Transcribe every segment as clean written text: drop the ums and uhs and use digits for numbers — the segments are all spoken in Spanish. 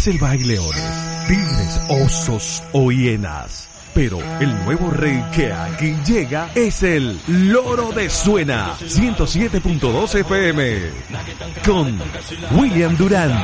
selva hay leones, tigres, osos o hienas. Pero el nuevo rey que aquí llega es el Loro de Suena, 107.2 FM, con William Durán.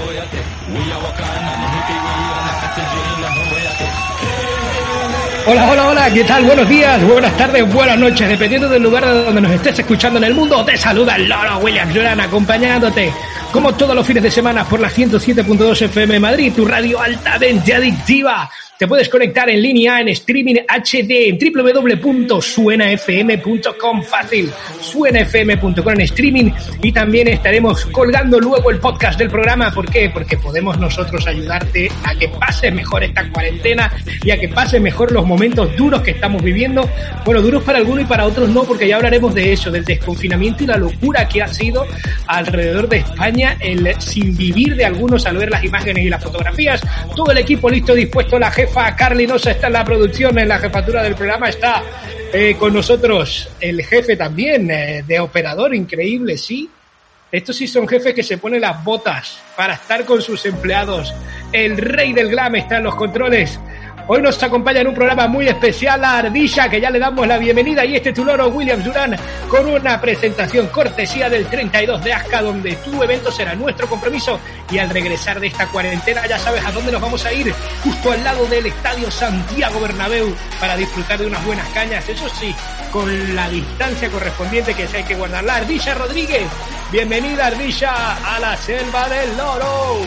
Hola, ¿qué tal? Buenos días, buenas tardes, buenas noches, dependiendo del lugar de donde nos estés escuchando en el mundo. Te saluda el Loro William Durán, acompañándote como todos los fines de semana por la 107.2 FM Madrid, tu radio altamente adictiva. Te puedes conectar en línea en streaming HD en www.suenafm.com, fácil, suenafm.com en streaming, y también estaremos colgando luego el podcast del programa. ¿Por qué? Porque podemos nosotros ayudarte a que pase mejor esta cuarentena y a que pase mejor los momentos duros que estamos viviendo. Bueno, duros para algunos y para otros no, porque ya hablaremos de eso, del desconfinamiento y la locura que ha sido alrededor de España, el sin vivir de algunos al ver las imágenes y las fotografías. Todo el equipo listo, dispuesto, la jefa Carly Nosa está en la producción, en la jefatura del programa está con nosotros el jefe también de operador, increíble, sí. Estos sí son jefes que se ponen las botas para estar con sus empleados. El rey del glam está en los controles. Hoy nos acompaña en un programa muy especial a Ardilla, que ya le damos la bienvenida, y este tu loro William Durán, con una presentación cortesía del 32 de Asca, donde tu evento será nuestro compromiso. Y al regresar de esta cuarentena ya sabes a dónde nos vamos a ir, justo al lado del Estadio Santiago Bernabéu, para disfrutar de unas buenas cañas, eso sí, con la distancia correspondiente que hay que guardar. La Ardilla Rodríguez, bienvenida Ardilla a la selva del loro.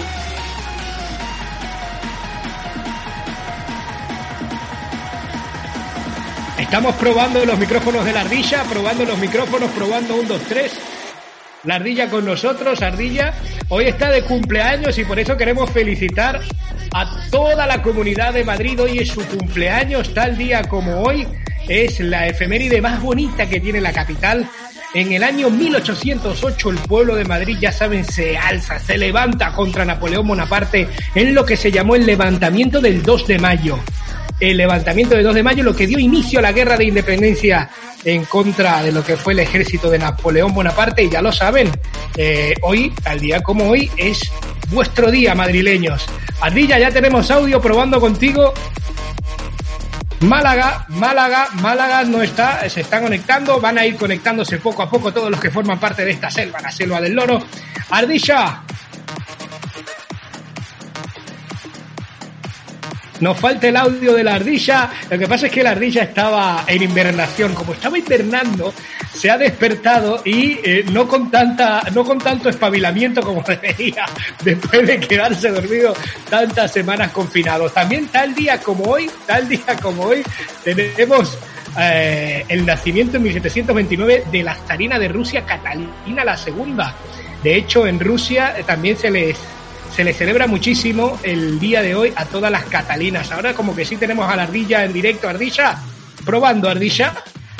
Estamos probando los micrófonos de la Ardilla, probando 1, 2, 3. La Ardilla con nosotros. Ardilla, hoy está de cumpleaños y por eso queremos felicitar a toda la comunidad de Madrid. Hoy es su cumpleaños, tal día como hoy. Es la efeméride más bonita que tiene la capital. En el año 1808 el pueblo de Madrid, ya saben, se alza, se levanta contra Napoleón Bonaparte en lo que se llamó el levantamiento del 2 de mayo. El levantamiento del 2 de mayo, lo que dio inicio a la guerra de independencia en contra de lo que fue el ejército de Napoleón Bonaparte. Y ya lo saben, hoy, tal día como hoy, es vuestro día, madrileños. Ardilla, ya tenemos audio probando contigo. Málaga no está, se está conectando, van a ir conectándose poco a poco todos los que forman parte de esta selva, la selva del loro. Ardilla, nos falta el audio de la Ardilla. Lo que pasa es que la Ardilla estaba en invernación. Como estaba invernando, se ha despertado y no con tanto espabilamiento como debería, después de quedarse dormido tantas semanas confinados. También tal día como hoy, tenemos el nacimiento en 1729 de la zarina de Rusia, Catalina la Segunda. De hecho, en Rusia también se le celebra muchísimo el día de hoy a todas las catalinas. Ahora como que sí tenemos a la Ardilla en directo. Ardilla, probando, Ardilla.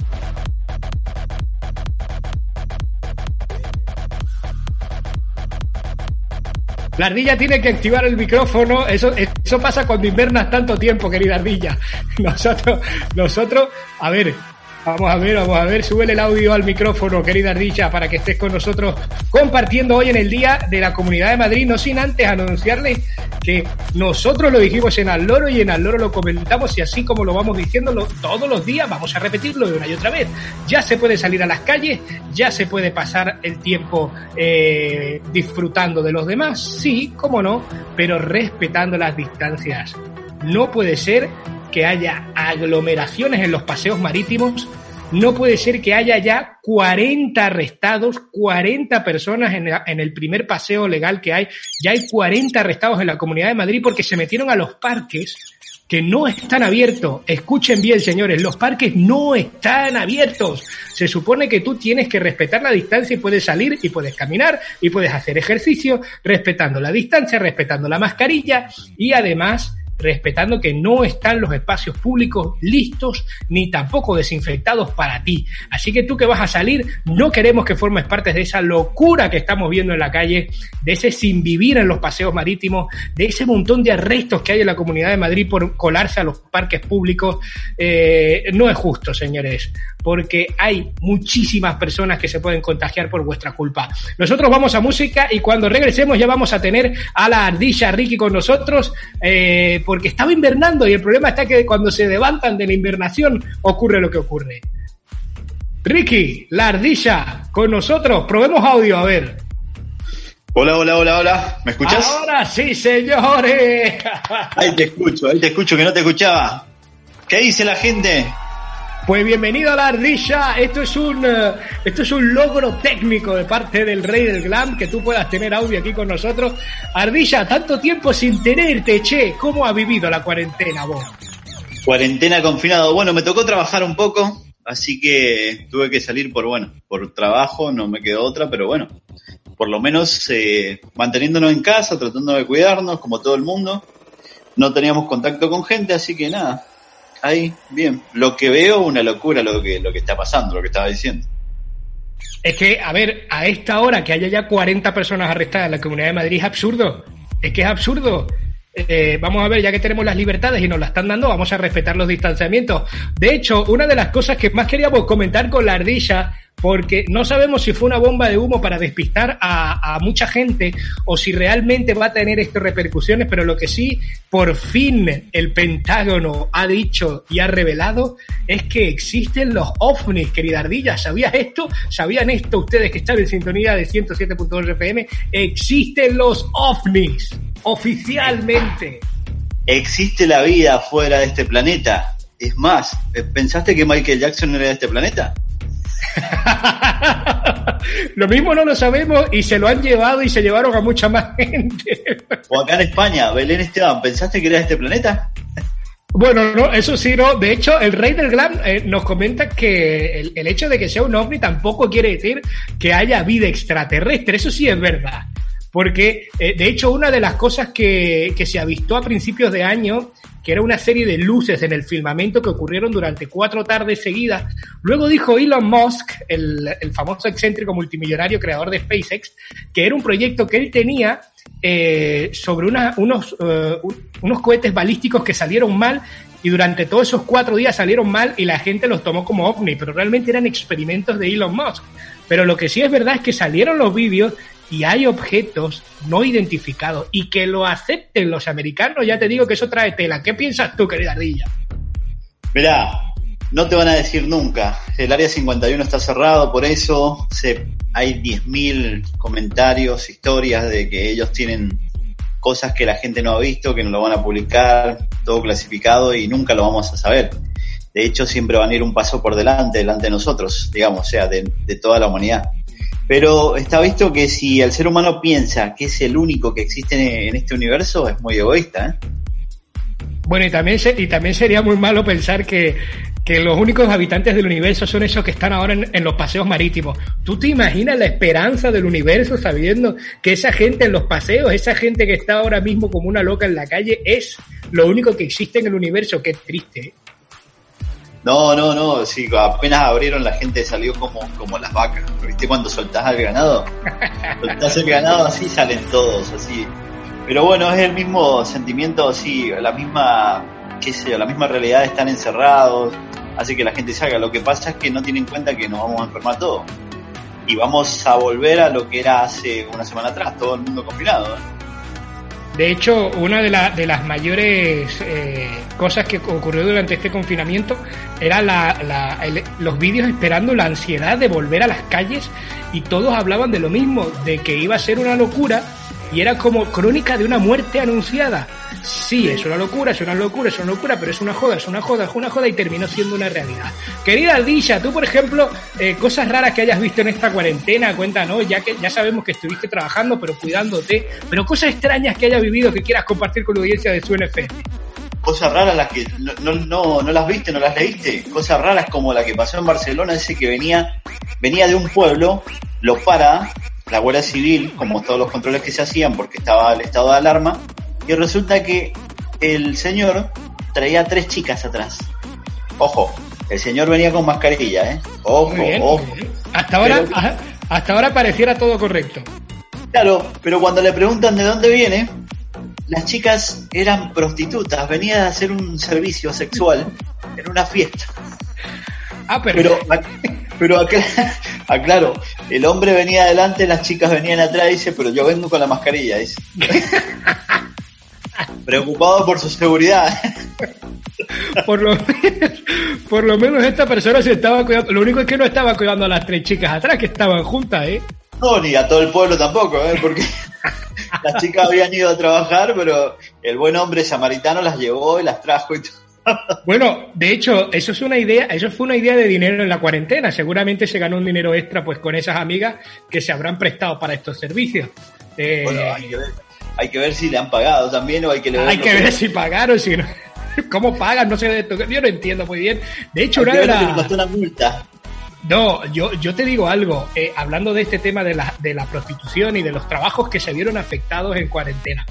La Ardilla tiene que activar el micrófono. Eso pasa cuando invernas tanto tiempo, querida Ardilla. Nosotros, a ver, vamos a ver, súbele el audio al micrófono, querida Ardilla, para que estés con nosotros compartiendo hoy en el Día de la Comunidad de Madrid, no sin antes anunciarles que nosotros lo dijimos en Al Loro y en Al Loro lo comentamos, y así como lo vamos diciendo todos los días, vamos a repetirlo de una y otra vez. Ya se puede salir a las calles, ya se puede pasar el tiempo disfrutando de los demás, sí, cómo no, pero respetando las distancias. No puede ser que haya aglomeraciones en los paseos marítimos, no puede ser que haya ya 40 arrestados, 40 personas en el primer paseo legal que hay. Ya hay 40 arrestados en la Comunidad de Madrid porque se metieron a los parques que no están abiertos. Escuchen bien, señores, los parques no están abiertos. Se supone que tú tienes que respetar la distancia y puedes salir y puedes caminar y puedes hacer ejercicio respetando la distancia, respetando la mascarilla y además respetando que no están los espacios públicos listos ni tampoco desinfectados para ti. Así que tú que vas a salir, no queremos que formes parte de esa locura que estamos viendo en la calle, de ese sin vivir en los paseos marítimos, de ese montón de arrestos que hay en la Comunidad de Madrid por colarse a los parques públicos. No es justo, señores, porque hay muchísimas personas que se pueden contagiar por vuestra culpa. Nosotros vamos a música y cuando regresemos ya vamos a tener a la ardilla Ricky con nosotros, porque estaba invernando y el problema está que cuando se levantan de la invernación ocurre lo que ocurre. Ricky, la ardilla con nosotros, probemos audio, a ver. Hola, ¿me escuchás? Ahora sí, señores. Ahí te escucho, que no te escuchaba. ¿Qué dice la gente? Pues bienvenido a la ardilla. Esto es un logro técnico de parte del Rey del Glam, que tú puedas tener audio aquí con nosotros. Ardilla, tanto tiempo sin tenerte, che. ¿Cómo ha vivido la cuarentena vos? Cuarentena, confinado. Bueno, me tocó trabajar un poco, así que tuve que salir por trabajo, no me quedó otra, pero bueno, por lo menos manteniéndonos en casa, tratando de cuidarnos, como todo el mundo. No teníamos contacto con gente, así que nada. Ahí, bien. Lo que veo, una locura lo que está pasando, lo que estaba diciendo. Es que, a ver, a esta hora que haya ya 40 personas arrestadas en la Comunidad de Madrid es absurdo. Es que es absurdo. Vamos a ver, ya que tenemos las libertades y nos las están dando, vamos a respetar los distanciamientos. De hecho, una de las cosas que más queríamos comentar con la ardilla, porque no sabemos si fue una bomba de humo para despistar a mucha gente o si realmente va a tener estas repercusiones, pero lo que sí, por fin el Pentágono ha dicho y ha revelado es que existen los ovnis, querida ardilla. ¿Sabías esto? ¿Sabían esto ustedes que están en sintonía de 107.2 FM? Existen los ovnis, oficialmente. Existe la vida fuera de este planeta. Es más, ¿pensaste que Michael Jackson era de este planeta? Lo mismo no lo sabemos y se lo han llevado y se llevaron a mucha más gente. O acá en España, Belén Esteban, ¿pensaste que era de este planeta? Bueno, no, eso sí, no. De hecho, el Rey del Glam nos comenta que el hecho de que sea un ovni tampoco quiere decir que haya vida extraterrestre. Eso sí es verdad. Porque, de hecho, una de las cosas que se avistó a principios de año, que era una serie de luces en el firmamento que ocurrieron durante 4 tardes seguidas, luego dijo Elon Musk, el famoso excéntrico multimillonario creador de SpaceX, que era un proyecto que él tenía sobre unos cohetes balísticos que salieron mal, y durante todos esos 4 días salieron mal y la gente los tomó como ovni, pero realmente eran experimentos de Elon Musk. Pero lo que sí es verdad es que salieron los vídeos y hay objetos no identificados, y que lo acepten los americanos, ya te digo que eso trae tela. ¿Qué piensas tú, querida ardilla? Mirá, no te van a decir nunca. El área 51 está cerrado, por eso hay 10.000 comentarios, historias de que ellos tienen cosas que la gente no ha visto, que no lo van a publicar, todo clasificado y nunca lo vamos a saber. De hecho, siempre van a ir un paso por delante de nosotros, digamos, o sea, de toda la humanidad. Pero está visto que si el ser humano piensa que es el único que existe en este universo, es muy egoísta, ¿eh? Bueno, y también sería muy malo pensar que los únicos habitantes del universo son esos que están ahora en los paseos marítimos. ¿Tú te imaginas la esperanza del universo sabiendo que esa gente en los paseos, esa gente que está ahora mismo como una loca en la calle, es lo único que existe en el universo? Qué triste, ¿eh? No, sí, apenas abrieron la gente salió como las vacas. ¿Viste cuando soltás al ganado? Soltás el ganado, así salen todos, así. Pero bueno, es el mismo sentimiento, así, la misma realidad, están encerrados, hace que la gente salga. Lo que pasa es que no tienen en cuenta que nos vamos a enfermar todos. Y vamos a volver a lo que era hace una semana atrás, todo el mundo confinado, ¿eh? De hecho, una de las mayores cosas que ocurrió durante este confinamiento era los vídeos esperando la ansiedad de volver a las calles, y todos hablaban de lo mismo, de que iba a ser una locura y era como crónica de una muerte anunciada. Sí, es una locura, pero es una joda y terminó siendo una realidad. Querida ardilla, tú, por ejemplo, cosas raras que hayas visto en esta cuarentena, cuéntanos, ya que ya sabemos que estuviste trabajando, pero cuidándote, pero cosas extrañas que hayas vivido que quieras compartir con la audiencia de Suena FM. Cosas raras las que no las viste, no las leíste. Cosas raras como la que pasó en Barcelona, ese que venía de un pueblo, lo para la Guardia Civil, como todos los controles que se hacían porque estaba el estado de alarma, y resulta que el señor traía 3 chicas atrás. Ojo, el señor venía con mascarilla, Ojo, bien, ojo. Hasta ahora pareciera todo correcto. Claro, pero cuando le preguntan de dónde viene, las chicas eran prostitutas, venían a hacer un servicio sexual en una fiesta. Pero aclaro, el hombre venía adelante, las chicas venían atrás, dice, pero yo vengo con la mascarilla, dice. Preocupado por su seguridad. Por lo menos esta persona se estaba cuidando. Lo único es que no estaba cuidando a las 3 chicas atrás, que estaban juntas, No, ni a todo el pueblo tampoco, porque las chicas habían ido a trabajar, pero el buen hombre samaritano las llevó y las trajo y todo. Bueno, de hecho, eso fue una idea de dinero en la cuarentena. Seguramente se ganó un dinero extra pues con esas amigas que se habrán prestado para estos servicios. Bueno, hay que ver si le han pagado también o hay que ver si pagaron, si no. ¿Cómo pagan? No sé, yo no entiendo muy bien. De hecho, una multa. No, yo te digo algo, hablando de este tema de la prostitución y de los trabajos que se vieron afectados en cuarentena.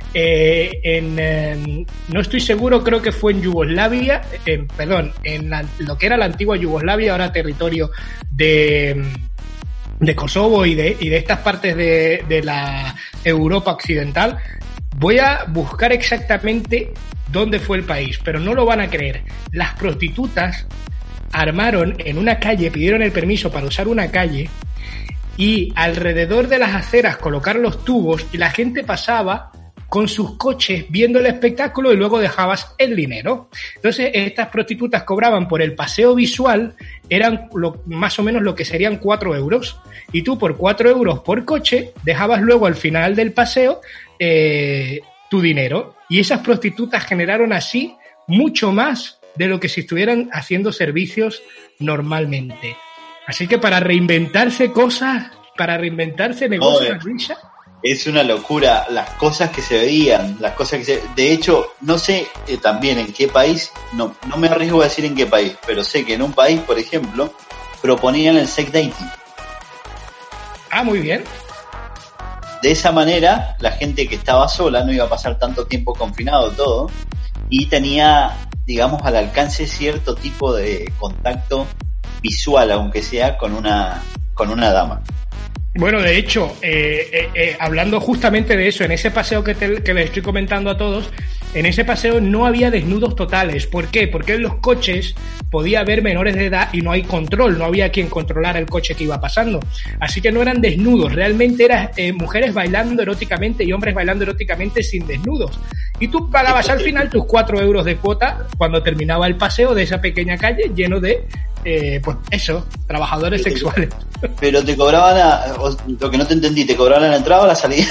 No estoy seguro, creo que fue en Yugoslavia, lo que era la antigua Yugoslavia, ahora territorio de Kosovo y de estas partes de la Europa occidental. Voy a buscar exactamente dónde fue el país, pero no lo van a creer. Las prostitutas armaron en una calle, pidieron el permiso para usar una calle y alrededor de las aceras colocaron los tubos y la gente pasaba con sus coches viendo el espectáculo y luego dejabas el dinero. Entonces estas prostitutas cobraban por el paseo visual, eran más o menos lo que serían 4 euros, y tú por 4 euros por coche dejabas luego al final del paseo tu dinero, y esas prostitutas generaron así mucho más de lo que si estuvieran haciendo servicios normalmente. Así que para reinventarse negocios, Risha, es una locura las cosas que se veían, de hecho, no sé también en qué país, no me arriesgo a decir en qué país, pero sé que en un país, por ejemplo, proponían el sex dating. Muy bien. De esa manera, la gente que estaba sola no iba a pasar tanto tiempo confinado todo y tenía, digamos, al alcance cierto tipo de contacto visual, aunque sea con una dama. Bueno, de hecho, hablando justamente de eso, en ese paseo que les estoy comentando a todos, en ese paseo no había desnudos totales. ¿Por qué? Porque en los coches podía haber menores de edad y no hay control, no había quien controlara el coche que iba pasando. Así que no eran desnudos, realmente eran mujeres bailando eróticamente y hombres bailando eróticamente sin desnudos. Y tú pagabas al final tus 4 euros de cuota cuando terminaba el paseo de esa pequeña calle lleno de, trabajadores sexuales. Pero te cobraban, lo que no te entendí, ¿te cobraban a la entrada o a la salida?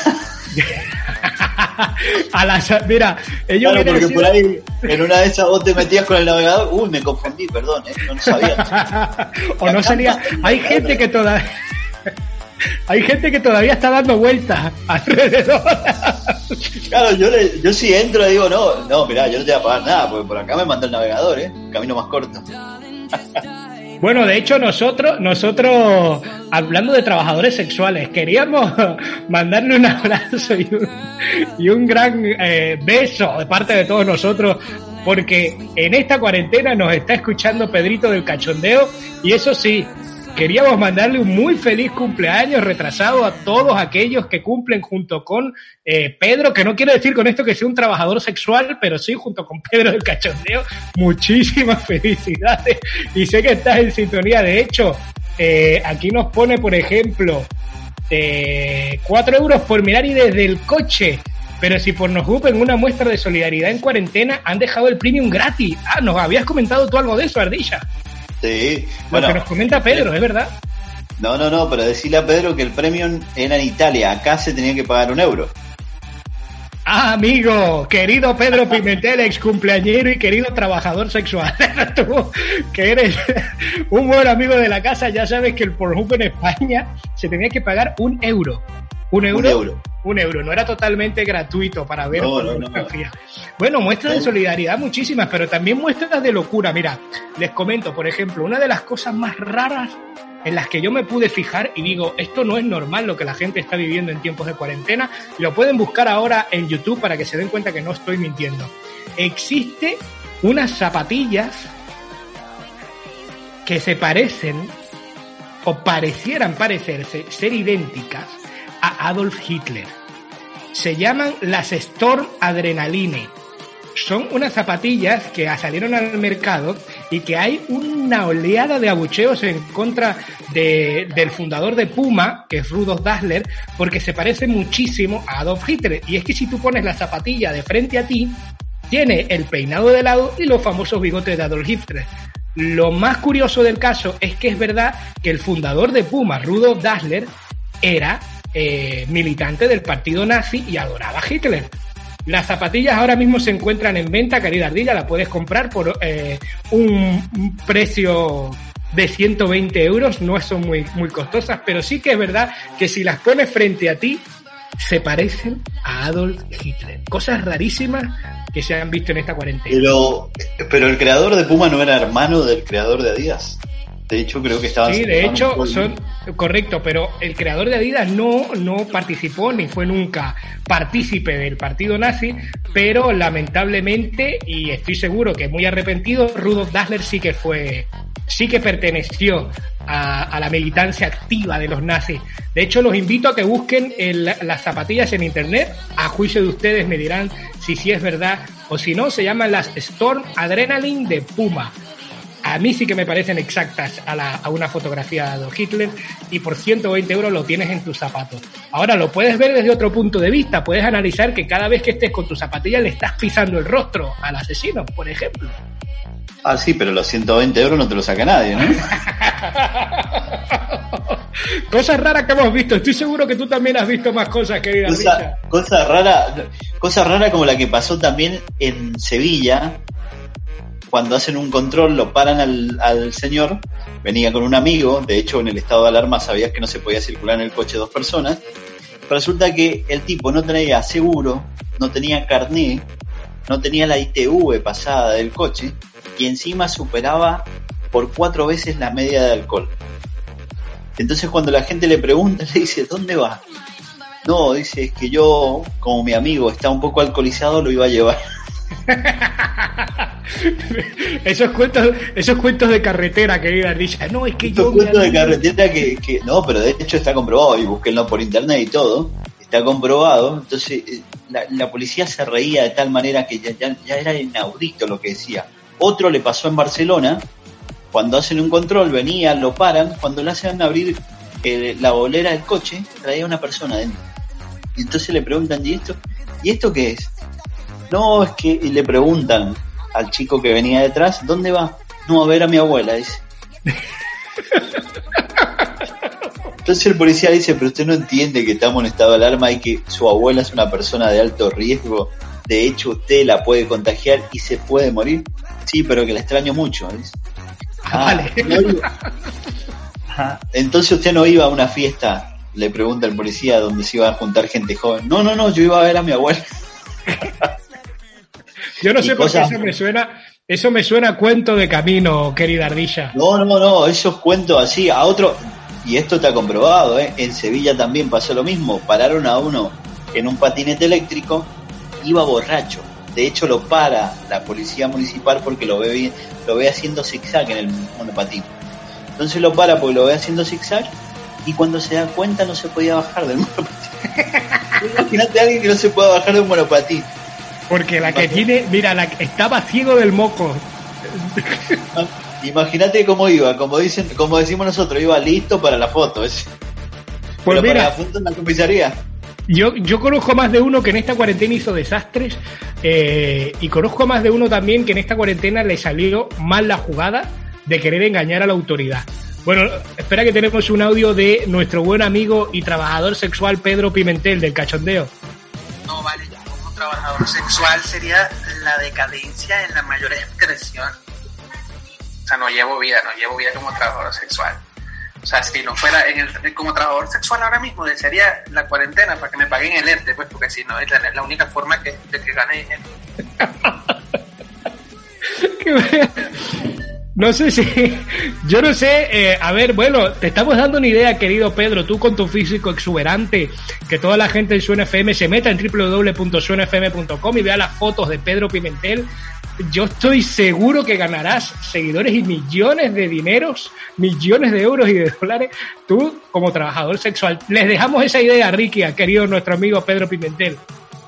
Mira, ellos claro, porque por ahí en una de esas vos te metías con el navegador, me confundí, perdón, no sabía. O no salía, hay gente que todavía está dando vueltas alrededor. Claro, yo sí entro y digo, no, mirá, yo no te voy a pagar nada, porque por acá me mandó el navegador, camino más corto. Bueno, de hecho nosotros, hablando de trabajadores sexuales, queríamos mandarle un abrazo y un gran beso de parte de todos nosotros, porque en esta cuarentena nos está escuchando Pedrito del Cachondeo, y eso sí, queríamos mandarle un muy feliz cumpleaños retrasado a todos aquellos que cumplen junto con Pedro, que no quiero decir con esto que sea un trabajador sexual, pero sí junto con Pedro del Cachondeo. Muchísimas felicidades y sé que estás en sintonía. De hecho, aquí nos pone, por ejemplo, 4 euros por mirar y desde el coche. Pero si por nos en una muestra de solidaridad en cuarentena han dejado el premium gratis. Nos habías comentado tú algo de eso, Ardilla. Sí, bueno, lo que nos comenta Pedro, ¿es verdad? No, pero decirle a Pedro que el premium era en Italia, acá se tenía que pagar 1 euro. Amigo, querido Pedro Pimentel, ex cumpleañero y querido trabajador sexual, tú, que eres un buen amigo de la casa, ya sabes que el Pornhub en España se tenía que pagar 1 euro. ¿1 euro? 1 euro, no era totalmente gratuito para ver pornografía. No. Bueno, muestras de solidaridad muchísimas, pero también muestras de locura. Mira, les comento, por ejemplo, una de las cosas más raras en las que yo me pude fijar y digo, esto no es normal lo que la gente está viviendo en tiempos de cuarentena, y lo pueden buscar ahora en YouTube para que se den cuenta que no estoy mintiendo. Existe unas zapatillas que se parecen, o parecieran parecerse, ser idénticas a Adolf Hitler. Se llaman las Storm Adrenaline. Son unas zapatillas que salieron al mercado y que hay una oleada de abucheos en contra del fundador de Puma, que es Rudolf Dassler, porque se parece muchísimo a Adolf Hitler. Y es que si tú pones la zapatilla de frente a ti, tiene el peinado de lado y los famosos bigotes de Adolf Hitler. Lo más curioso del caso es que es verdad que el fundador de Puma, Rudolf Dassler, era militante del partido nazi y adoraba a Hitler. Las zapatillas ahora mismo se encuentran en venta, querida Ardilla, la puedes comprar por un precio de 120 euros, no son muy costosas, pero sí que es verdad que si las pones frente a ti, se parecen a Adolf Hitler. Cosas rarísimas que se han visto en esta cuarentena. Pero el creador de Puma no era hermano del creador de Adidas. De hecho, creo que estaban... Sí, de hecho, son correcto, pero el creador de Adidas no participó ni fue nunca partícipe del partido nazi, pero lamentablemente, y estoy seguro que muy arrepentido, Rudolf Dassler sí que perteneció a la militancia activa de los nazis. De hecho, los invito a que busquen las zapatillas en internet. A juicio de ustedes me dirán si es verdad o si no. Se llaman las Storm Adrenaline de Puma. A mí sí que me parecen exactas a una fotografía de Adolf Hitler, y por 120 euros lo tienes en tus zapatos. Ahora lo puedes ver desde otro punto de vista. Puedes analizar que cada vez que estés con tus zapatillas le estás pisando el rostro al asesino, por ejemplo. Ah, sí, pero los 120 euros no te lo saca nadie, ¿no? Cosas raras que hemos visto. Estoy seguro que tú también has visto más cosas, querida Richa. Cosa rara como la que pasó también en Sevilla. Cuando hacen un control, lo paran al señor, venía con un amigo, de hecho en el estado de alarma sabías que no se podía circular en el coche 2 personas, pero resulta que el tipo no tenía seguro, no tenía carné, no tenía la ITV pasada del coche, y encima superaba por 4 veces la media de alcohol. Entonces cuando la gente le pregunta, le dice, ¿dónde va? No, dice, es que yo, como mi amigo está un poco alcoholizado, lo iba a llevar. esos cuentos de carretera, querida Ardilla. No, es que estos cuentos de carretera que no, pero de hecho está comprobado, y búsquenlo por internet y todo, está comprobado. Entonces la policía se reía de tal manera que ya era inaudito lo que decía. Otro le pasó en Barcelona, cuando hacen un control, venían, lo paran, cuando le hacen abrir la bolera del coche, traía una persona dentro. Y entonces le preguntan, ¿y esto qué es? No, es que... Y le preguntan al chico que venía detrás, ¿dónde va? No, a ver a mi abuela, dice. Entonces el policía dice, pero usted no entiende que estamos en estado de alarma y que su abuela es una persona de alto riesgo. De hecho, usted la puede contagiar y se puede morir. Sí, pero que la extraño mucho, dice. Vale. Entonces usted no iba a una fiesta, le pregunta el policía, donde se iba a juntar gente joven. No, yo iba a ver a mi abuela. Yo no sé por qué eso me suena a cuento de camino, querida Ardilla. No, esos cuentos así, a otro, y esto está comprobado, en Sevilla también pasó lo mismo, pararon a uno en un patinete eléctrico, iba borracho, de hecho lo para la policía municipal porque lo ve haciendo zigzag en el monopatín, entonces lo para porque lo ve haciendo zigzag, y cuando se da cuenta no se podía bajar del monopatín. Imagínate a alguien que no se pueda bajar de un monopatín. Porque la que tiene, mira, estaba ciego del moco. Imagínate cómo iba, como decimos nosotros, iba listo para la foto. Pues pero mira, para la foto en la comisaría. Yo conozco más de uno que en esta cuarentena hizo desastres, y conozco más de uno también que en esta cuarentena le salió mal la jugada de querer engañar a la autoridad. Bueno, espera que tenemos un audio de nuestro buen amigo y trabajador sexual Pedro Pimentel, del Cachondeo. No, vale, yo como trabajador sexual sería la decadencia en la mayor expresión. O sea, no llevo vida como trabajador sexual. O sea, si no fuera como trabajador sexual ahora mismo, desearía la cuarentena para que me paguen el ERTE, pues, porque si no es la única forma de que gane dinero. No sé si, yo no sé, a ver, bueno, te estamos dando una idea, querido Pedro, tú con tu físico exuberante, que toda la gente en Suena FM se meta en www.suenafm.com y vea las fotos de Pedro Pimentel. Yo estoy seguro que ganarás seguidores y millones de dineros, millones de euros y de dólares, tú como trabajador sexual. Les dejamos esa idea, Ricky, a querido nuestro amigo Pedro Pimentel.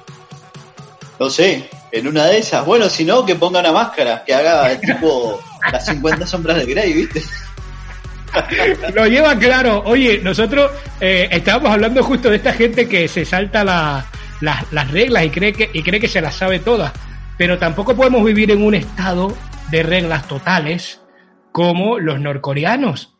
No sé, en una de esas. Bueno, si no, que ponga una máscara, que haga tipo las 50 sombras de Grey, ¿viste? Lo lleva claro. Oye, nosotros estábamos hablando justo de esta gente que se salta las reglas y cree que se las sabe todas. Pero tampoco podemos vivir en un estado de reglas totales como los norcoreanos.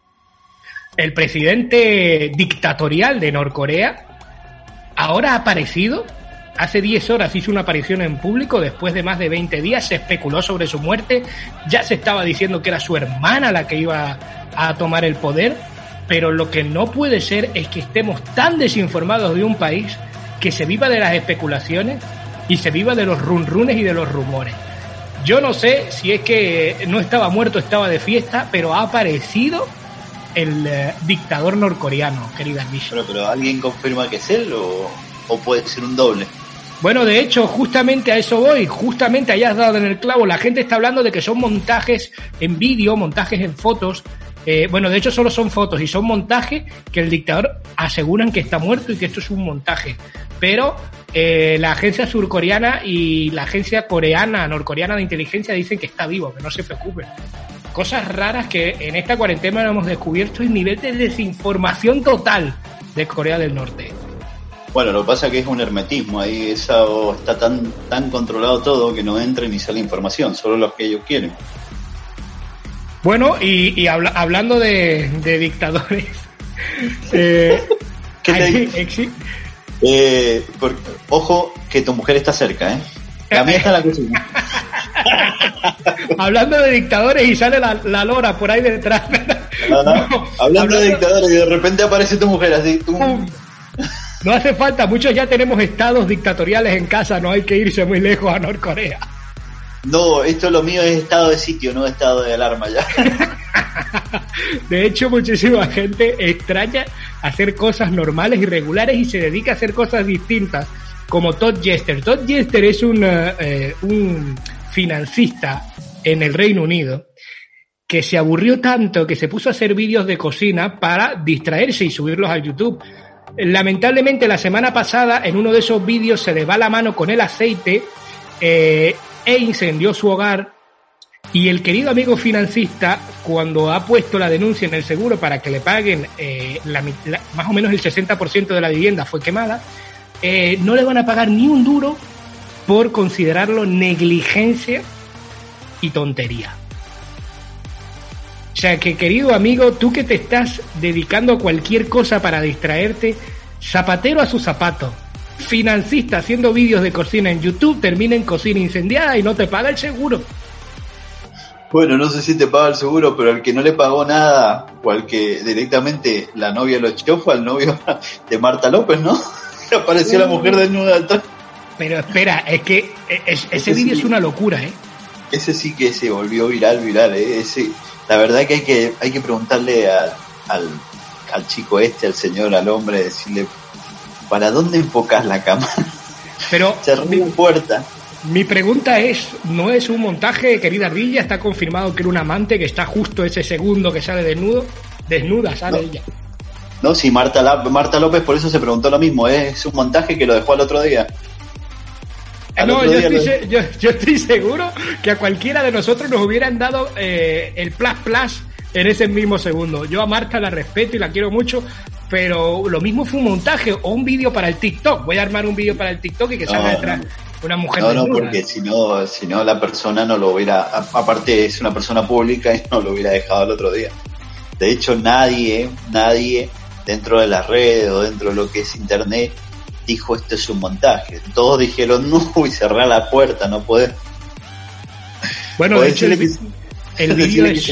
El presidente dictatorial de Norcorea ahora ha aparecido. Hace 10 horas hizo una aparición en público después de más de 20 días. Se especuló sobre su muerte. Ya se estaba diciendo que era su hermana la que iba a tomar el poder. Pero lo que no puede ser es que estemos tan desinformados de un país que se viva de las especulaciones y se viva de los runrunes y de los rumores. Yo no sé si es que no estaba muerto, estaba de fiesta, pero ha aparecido el dictador norcoreano, querida Misha. Pero ¿alguien confirma que es él o puede ser un doble? Bueno, de hecho, justamente a eso voy, justamente ahí has dado en el clavo. La gente está hablando de que son montajes en vídeo, montajes en fotos. Bueno, de hecho solo son fotos y son montajes que el dictador aseguran que está muerto y que esto es un montaje. Pero la agencia surcoreana y la agencia norcoreana de inteligencia dicen que está vivo, que no se preocupen. Cosas raras que en esta cuarentena hemos descubierto el nivel de desinformación total de Corea del Norte. Bueno, lo que pasa es que es un hermetismo, ahí eso está tan controlado todo que no entra ni sale información, solo los que ellos quieren. Bueno, y hablando de dictadores, ¿qué te ojo que tu mujer está cerca, ¿eh? La mía está en la cocina. Hablando de dictadores y sale la lora por ahí detrás. No, hablando de dictadores y de repente aparece tu mujer así. No hace falta, muchos ya tenemos estados dictatoriales en casa, no hay que irse muy lejos a Norcorea. No, esto lo mío es estado de sitio, no estado de alarma ya. De hecho, muchísima gente extraña hacer cosas normales y regulares y se dedica a hacer cosas distintas, como Todd Jester. Todd Jester es un financista en el Reino Unido que se aburrió tanto que se puso a hacer vídeos de cocina para distraerse y subirlos a YouTube. Lamentablemente, la semana pasada, en uno de esos vídeos se le va la mano con el aceite e incendió su hogar. Y el querido amigo financista, cuando ha puesto la denuncia en el seguro para que le paguen más o menos el 60% de la vivienda fue quemada, no le van a pagar ni un duro por considerarlo negligencia y tontería. O sea que, querido amigo, tú que te estás dedicando a cualquier cosa para distraerte, zapatero a su zapato, financista haciendo vídeos de cocina en YouTube, termina en cocina incendiada y no te paga el seguro. Bueno, no sé si te paga el seguro, pero al que no le pagó nada, o al que directamente la novia lo echó, fue al novio de Marta López, ¿no? Apareció la mujer desnuda atrás. Pero espera, es que ese vídeo es una locura, ¿eh? Ese sí que se volvió viral, ¿eh? La verdad que hay que preguntarle al chico al señor, al hombre, decirle, ¿para dónde enfocas la cámara? Pero cerró la puerta. Mi pregunta es, ¿no es un montaje, querida Ardilla? ¿Está confirmado que era un amante que está justo ese segundo que sale desnuda sale ella? No, sí, Marta López por eso se preguntó lo mismo, es un montaje que lo dejó al otro día. Yo estoy seguro que a cualquiera de nosotros nos hubieran dado el plus en ese mismo segundo. Yo a Marta la respeto y la quiero mucho, pero lo mismo fue un montaje o un vídeo para el TikTok. Voy a armar un vídeo para el TikTok y que salga detrás una mujer desnuda. No, porque si no la persona no lo hubiera, aparte es una persona pública y no lo hubiera dejado el otro día. De hecho, nadie dentro de las redes o dentro de lo que es internet dijo esto es un montaje. Todos dijeron no y cerrar la puerta, no podés. Bueno, de hecho el vídeo es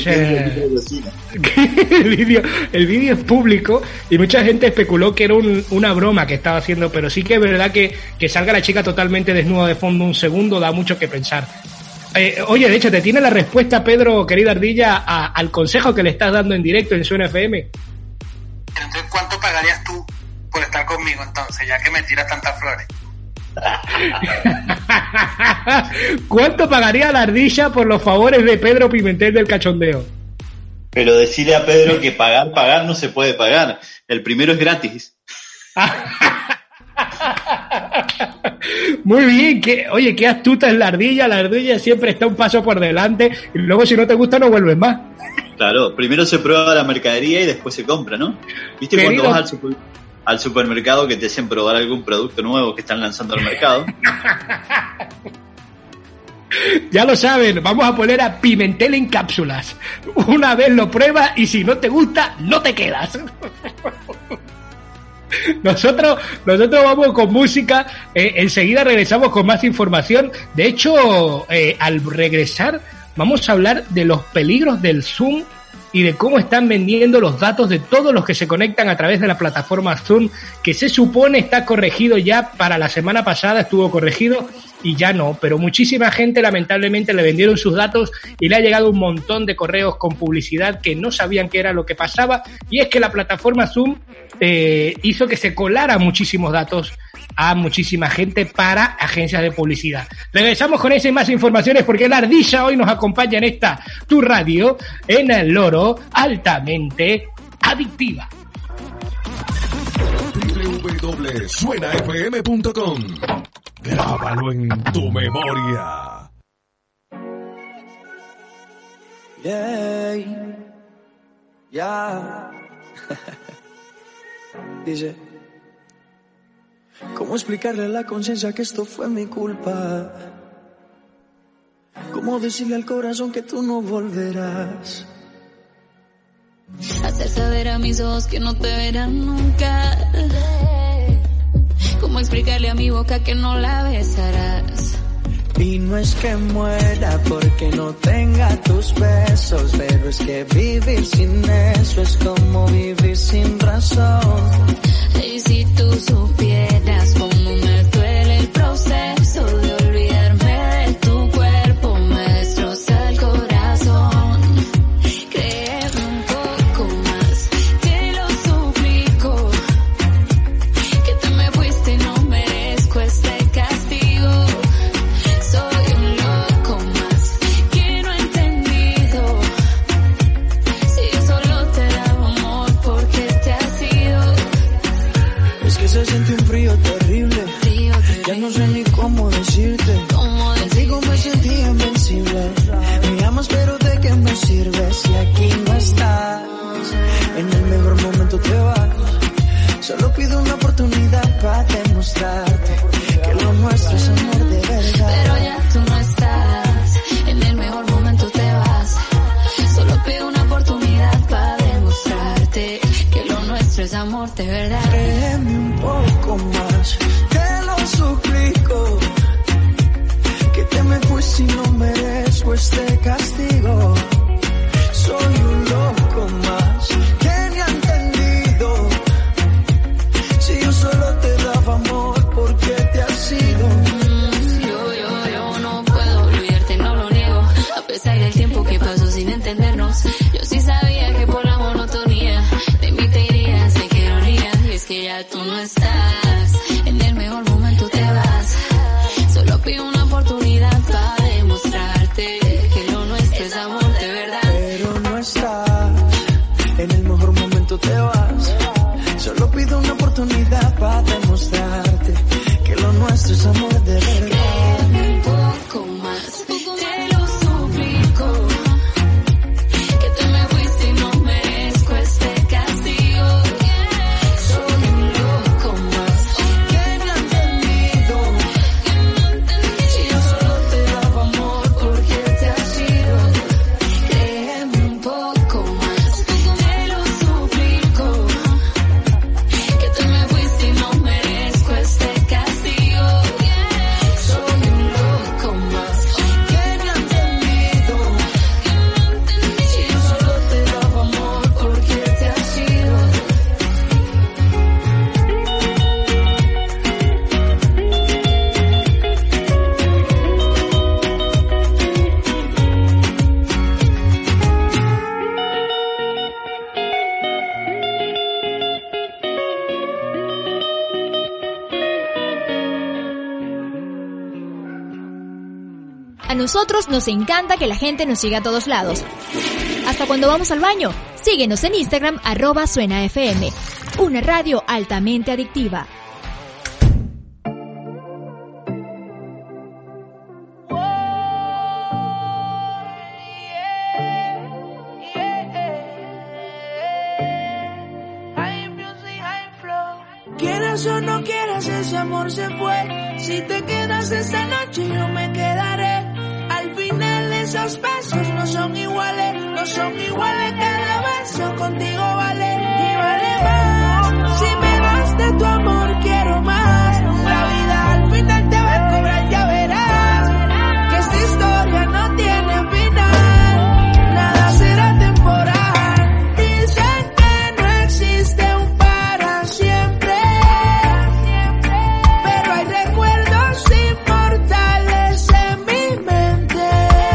el vídeo es público y mucha gente especuló que era una broma que estaba haciendo, pero sí que es verdad que salga la chica totalmente desnuda de fondo un segundo da mucho que pensar. Oye, de hecho, ¿te tiene la respuesta, Pedro, querida Ardilla, al consejo que le estás dando en directo en Suena FM? Entonces, ¿cuánto pagarías tú por estar conmigo entonces, ya que me tiras tantas flores? ¿Cuánto pagaría la Ardilla por los favores de Pedro Pimentel del Cachondeo? Pero decirle a Pedro que pagar no se puede pagar. El primero es gratis. Muy bien, oye, qué astuta es la ardilla siempre está un paso por delante y luego si no te gusta no vuelves más. Claro, primero se prueba la mercadería y después se compra, ¿no? ¿Viste cuando vas al supermercado que te hacen probar algún producto nuevo que están lanzando al mercado? Ya lo saben, vamos a poner a Pimentel en cápsulas. Una vez lo pruebas y si no te gusta, no te quedas. Nosotros vamos con música, enseguida regresamos con más información. De hecho, al regresar vamos a hablar de los peligros del Zoom y de cómo están vendiendo los datos de todos los que se conectan a través de la plataforma Zoom, que se supone está corregido ya. Para la semana pasada estuvo corregido y ya no, pero muchísima gente lamentablemente le vendieron sus datos y le ha llegado un montón de correos con publicidad que no sabían qué era lo que pasaba, y es que la plataforma Zoom hizo que se colara muchísimos datos a muchísima gente para agencias de publicidad. Regresamos con esas y más informaciones porque la Ardilla hoy nos acompaña en esta Tu Radio, en el Loro Altamente Adictiva. www.suenafm.com. Grábalo en tu memoria. Ya. Dice, ¿cómo explicarle a la conciencia que esto fue mi culpa? ¿Cómo decirle al corazón que tú no volverás? Hacer saber a mis ojos que no te verán nunca. ¿Cómo explicarle a mi boca que no la besarás? Y no es que muera porque no tenga tus besos, pero es que vivir sin eso es como vivir sin razón. Y si tú supieras cómo me duele el proceso de olvidarme de tu cuerpo, me destroza el corazón. Créeme un poco más, te lo suplico, que te me fuiste y no merezco este castigo. Soy un loco más que no he entendido, si yo solo te daba amor porque te has ido. Es que se siente un frío terrible, ya no sé ni cómo decirte. Contigo me sentí invencible. Me amas pero ¿de qué me sirve si aquí no estás? En el mejor momento te vas. Solo pido una oportunidad para demostrarte que lo nuestro es amor de verdad. Pero ya tú no estás, en el mejor momento te vas. Solo pido una oportunidad para demostrarte que lo nuestro es amor de verdad. Créeme un poco más, te lo suplico, que te me fuiste y no merezco este castigo. Soy un loco más que ni ha entendido, si yo solo te daba amor porque te has ido. Yo no puedo olvidarte, no lo niego. A pesar del tiempo que pasó sin entendernos, yo sí sabía que por la monotonía de mí te irías, de qué ironía. Y es que ya tú no estás, en el mejor momento te vas. Solo pido una oportunidad para demostrarte que lo nuestro es amor de verdad. Pero no estás, en el mejor momento te vas. Solo pido una oportunidad para demostrarte que lo nuestro es amor de verdad. Créeme un poco más, te lo suplico, nosotros nos encanta que la gente nos siga a todos lados. Hasta cuando vamos al baño. Síguenos en Instagram @SuenaFM, una radio altamente adictiva. Quieras o no quieras, ese amor se fue. Si te quedas esta noche, yo me quedaré. Al final esos besos no son iguales, cada beso contigo vale. Y vale más, si me das de tu amor quiero más. La vida al final te va a cobrar, ya verás. Que esta historia no tiene final, nada será temporal. Dicen que no existe un para siempre, pero hay recuerdos inmortales en mi mente.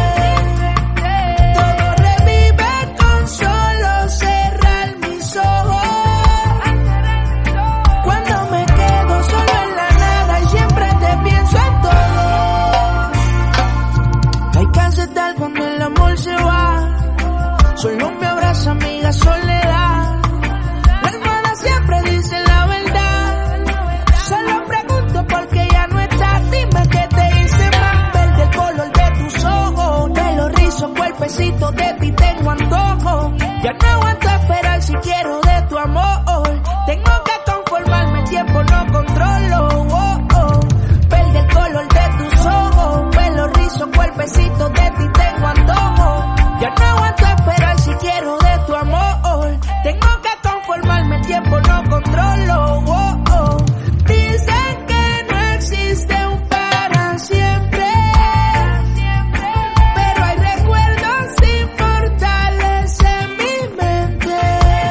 Todo revive con solo cerrar mis ojos. Cuando me quedo solo en la nada y siempre te pienso en todo. Hay que aceptar cuando el amor se va. Solo me abraza amiga soledad. La almohada siempre dice la verdad. Solo pregunto por qué ya no estás. Dime qué te hice más. Verde el color de tus ojos, pelo rizo, cuerpecito de ti tengo antojo. Ya no aguanto esperar si quiero de tu amor. Tengo que conformarme, el tiempo no controlo. Oh, oh. Verde el color de tus ojos, pelo rizo, cuerpecito de ti tengo antojo. Ya no aguanto esperar si quiero de tu amor. Tengo que conformarme, el tiempo no controlo. Oh, oh. Dicen que no existe un para siempre, pero hay recuerdos inmortales en mi mente.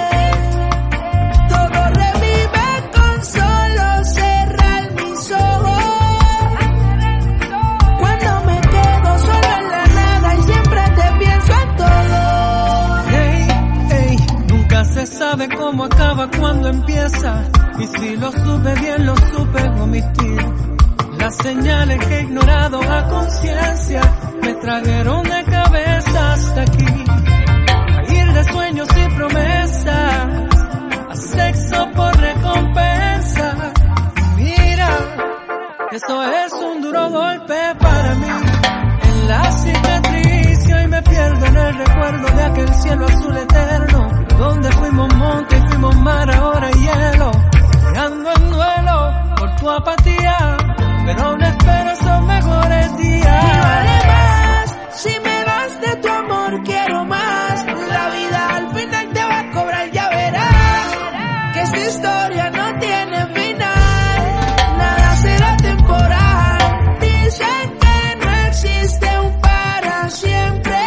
Todo revive con solo cerrar mis ojos. Cuando me quedo solo en la nada y siempre te pienso en todo. Hey, hey, nunca se sabe cómo acaba cuando empieza. Y si lo supe bien, lo supe omitir. Las señales que he ignorado a conciencia me trajeron de cabeza hasta aquí. A ir de sueños y promesas, a sexo por recompensa. Mira, eso es un duro golpe para mí. En la cicatriz y hoy me pierdo en el recuerdo de aquel cielo azul eterno, donde fuimos monte y fuimos mar, ahora hielo. Ando en duelo por tu apatía, pero aún espero esos mejores días. Y vale más, si me das de tu amor quiero más. La vida al final te va a cobrar, ya verás. Que esta historia no tiene final, nada será temporal. Dicen que no existe un para siempre,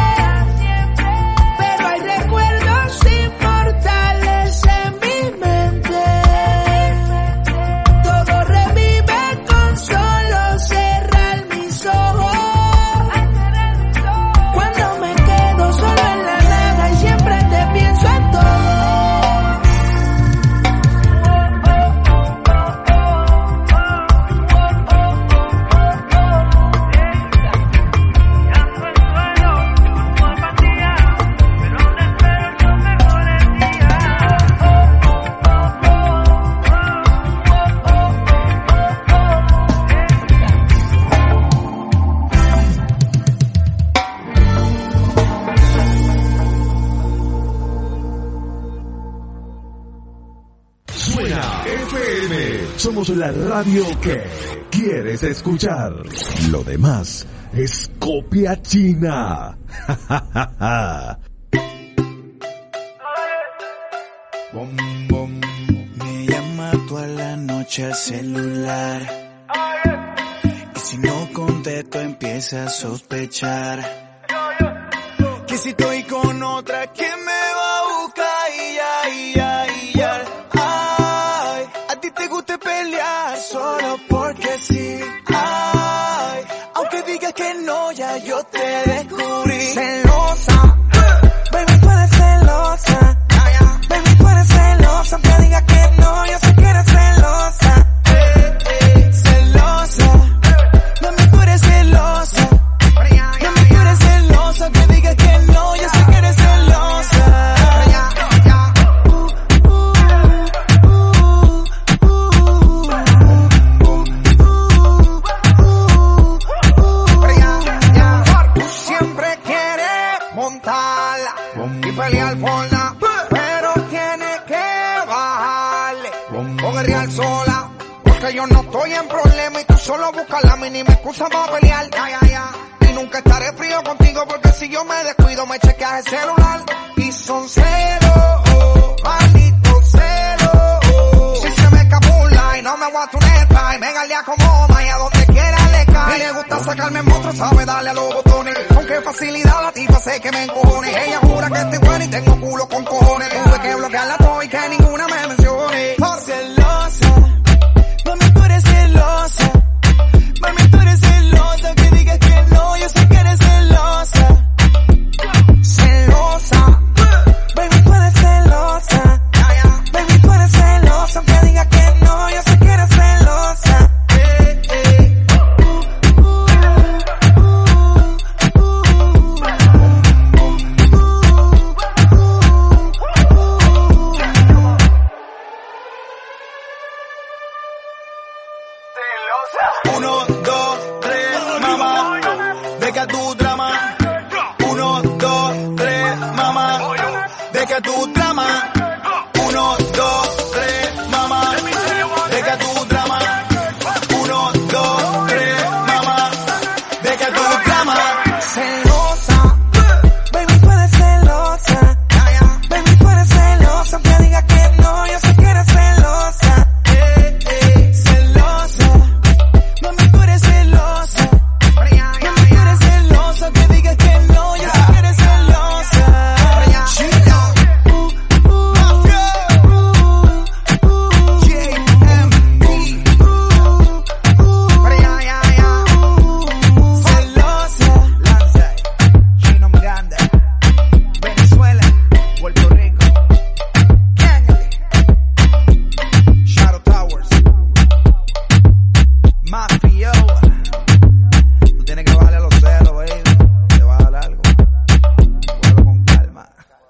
pero hay recuerdos inmortales en mi mente. Todo revive con solo cerrar mis ojos. Cuando me quedo solo en la nada y siempre te pienso en todo. Suena FM. Somos la radio que quieres escuchar. Lo demás es copia china. Me llama toda la noche al celular, y si no contesto empieza a sospechar que si estoy con otra, ¿quién me va a buscar? Ay, a ti te gusta pelear solo porque sí. Ay, aunque digas que no, ya yo te descubrí. Celosa, baby, tú eres celosa. Baby, tú eres celosa, aunque digas que no, yo sé que eres celosa. Celosa, baby, tú eres celosa. montarla y pelear por nada, pero tiene que bajarle o guerrear sola, porque yo no estoy en problema y tú solo buscas la mínima excusa para pelear. Y nunca estaré frío contigo, porque si yo me descuido me chequeas el celular y son cero, maldito cero. Si se me escapula y no me aguanto un spa y me galea como ma y a donde quiera le cae. Y le gusta sacarme en monstruo, sabe darle a los botones. Con qué facilidad la tipa sé que me encojone. Ella jura que estoy buena y tengo culo con cojones. Tuve que bloquearla todo y que ninguna me mencione. Celosa, mami tú eres celosa. Mami tú eres celosa, que digas que no, yo sé que eres celosa. Celosa, baby tú eres celosa. Baby tú eres celosa, que digas que no, yo sé que eres celosa. Uno, dos, tres, mamá, deja tu drama. Uno, dos, tres, mamá, deja tu drama. Uno, dos, tres, mamá, deja tu drama. Uno, dos, tres, mamá, deja tu drama. Celosa, baby tú eres celosa. Baby tú eres celosa, que diga que no, yo sé que eres celosa. Celosa, mami tú eres celosa. Mami tú eres celosa, que digas que no, yo sé que eres celosa. Celosa, Lanza, Chino Miranda, Venezuela, Puerto Rico, Kennedy, Shadow Towers, Mafio. Tú tienes que bajarle a los celos, baby. Te va a dar algo. Cógelo con calma.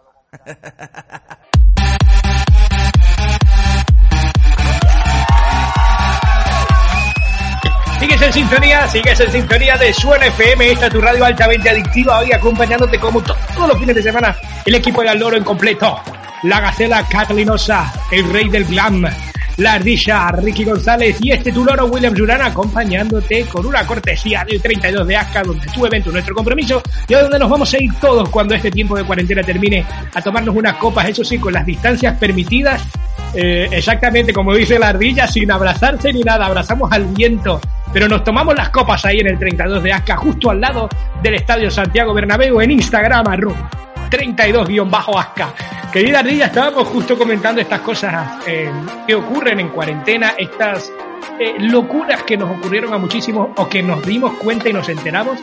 Sigues en sintonía de Suena FM, esta es tu radio altamente adictiva, hoy acompañándote como todos los fines de semana, el equipo del Loro en completo, la Gacela Catalinosa, el rey del glam, la Ardilla Ricky González y este tu loro William Durán acompañándote con una cortesía del 32 de Asca, donde tu evento, nuestro compromiso, y a donde nos vamos a ir todos cuando este tiempo de cuarentena termine, a tomarnos unas copas, eso sí, con las distancias permitidas, exactamente como dice la Ardilla, sin abrazarse ni nada, abrazamos al viento, pero nos tomamos las copas ahí en el 32 de Asca, justo al lado del Estadio Santiago Bernabéu, en Instagram, @32_Asca. Querida Ardilla, estábamos justo comentando estas cosas que ocurren en cuarentena, estas locuras que nos ocurrieron a muchísimos o que nos dimos cuenta y nos enteramos.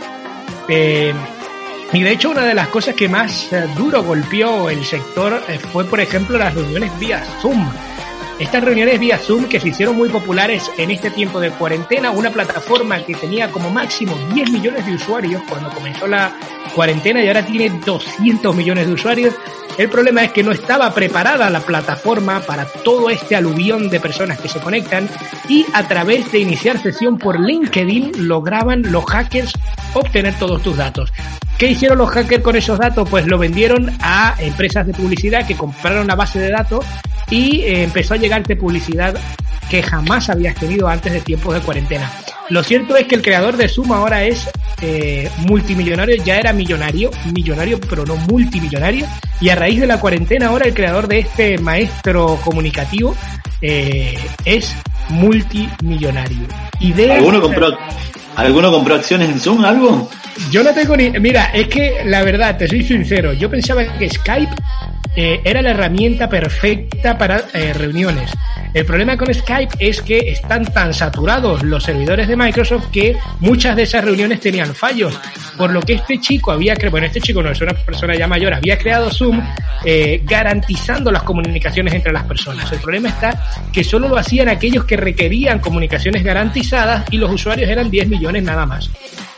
Y de hecho una de las cosas que más duro golpeó el sector fue, por ejemplo, las reuniones vía Zoom. Estas reuniones vía Zoom que se hicieron muy populares en este tiempo de cuarentena, una plataforma que tenía como máximo 10 millones de usuarios cuando comenzó la cuarentena y ahora tiene 200 millones de usuarios. El problema es que no estaba preparada la plataforma para todo este aluvión de personas que se conectan y a través de iniciar sesión por LinkedIn lograban los hackers obtener todos tus datos. ¿Qué hicieron los hackers con esos datos? Pues lo vendieron a empresas de publicidad que compraron la base de datos y empezó a llegarte publicidad que jamás habías tenido antes de tiempos de cuarentena. Lo cierto es que el creador de Zoom ahora es multimillonario, ya era millonario pero no multimillonario, y a raíz de la cuarentena ahora el creador de este maestro comunicativo es multimillonario. Y de ¿Alguno compró acciones en Zoom, algo? Yo no tengo ni... Mira, es que la verdad, te soy sincero, yo pensaba que Skype era la herramienta perfecta para reuniones. El problema con Skype es que están tan saturados los servidores de Microsoft que muchas de esas reuniones tenían fallos, por lo que este chico este chico no, es una persona ya mayor, había creado Zoom garantizando las comunicaciones entre las personas. El problema está que solo lo hacían aquellos que requerían comunicaciones garantizadas y los usuarios eran 10 millones nada más.